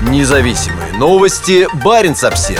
Независимые новости. Баренц-Обсервис.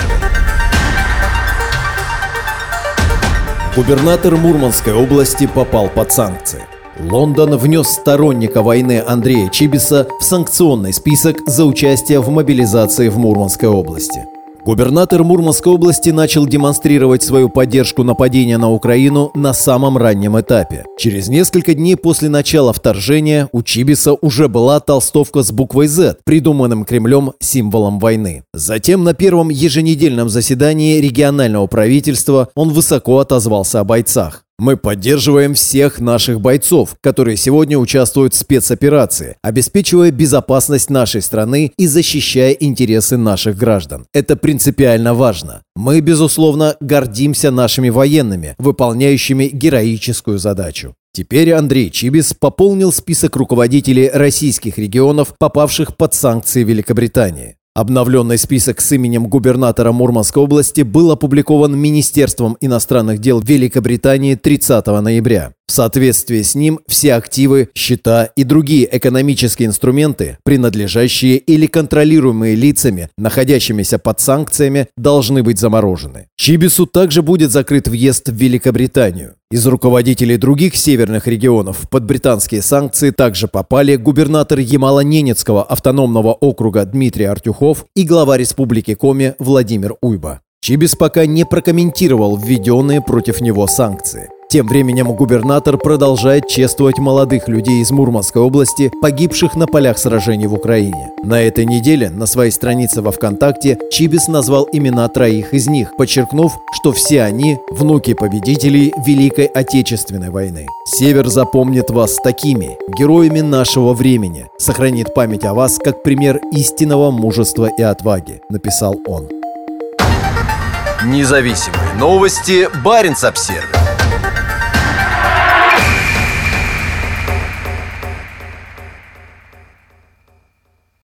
Губернатор Мурманской области попал под санкции. Лондон внес сторонника войны Андрея Чибиса в санкционный список за участие в мобилизации в Мурманской области. Губернатор Мурманской области начал демонстрировать свою поддержку нападения на Украину на самом раннем этапе. Через несколько дней после начала вторжения у Чибиса уже была толстовка с буквой «Z», придуманным Кремлем символом войны. Затем на первом еженедельном заседании регионального правительства он высоко отозвался о бойцах. «Мы поддерживаем всех наших бойцов, которые сегодня участвуют в спецоперации, обеспечивая безопасность нашей страны и защищая интересы наших граждан. Это принципиально важно. Мы, безусловно, гордимся нашими военными, выполняющими героическую задачу». Теперь Андрей Чибис пополнил список руководителей российских регионов, попавших под санкции Великобритании. Обновленный список с именем губернатора Мурманской области был опубликован Министерством иностранных дел Великобритании 30 ноября. В соответствии с ним все активы, счета и другие экономические инструменты, принадлежащие или контролируемые лицами, находящимися под санкциями, должны быть заморожены. Чибису также будет закрыт въезд в Великобританию. Из руководителей других северных регионов под британские санкции также попали губернатор Ямало-Ненецкого автономного округа Дмитрий Артюхов и глава республики Коми Владимир Уйба. Чибис пока не прокомментировал введенные против него санкции. Тем временем губернатор продолжает чествовать молодых людей из Мурманской области, погибших на полях сражений в Украине. На этой неделе на своей странице во ВКонтакте Чибис назвал имена 3 из них, подчеркнув, что все они – внуки победителей Великой Отечественной войны. «Север запомнит вас такими, героями нашего времени, сохранит память о вас как пример истинного мужества и отваги», – написал он. Независимые новости. Баренц-Обсервис.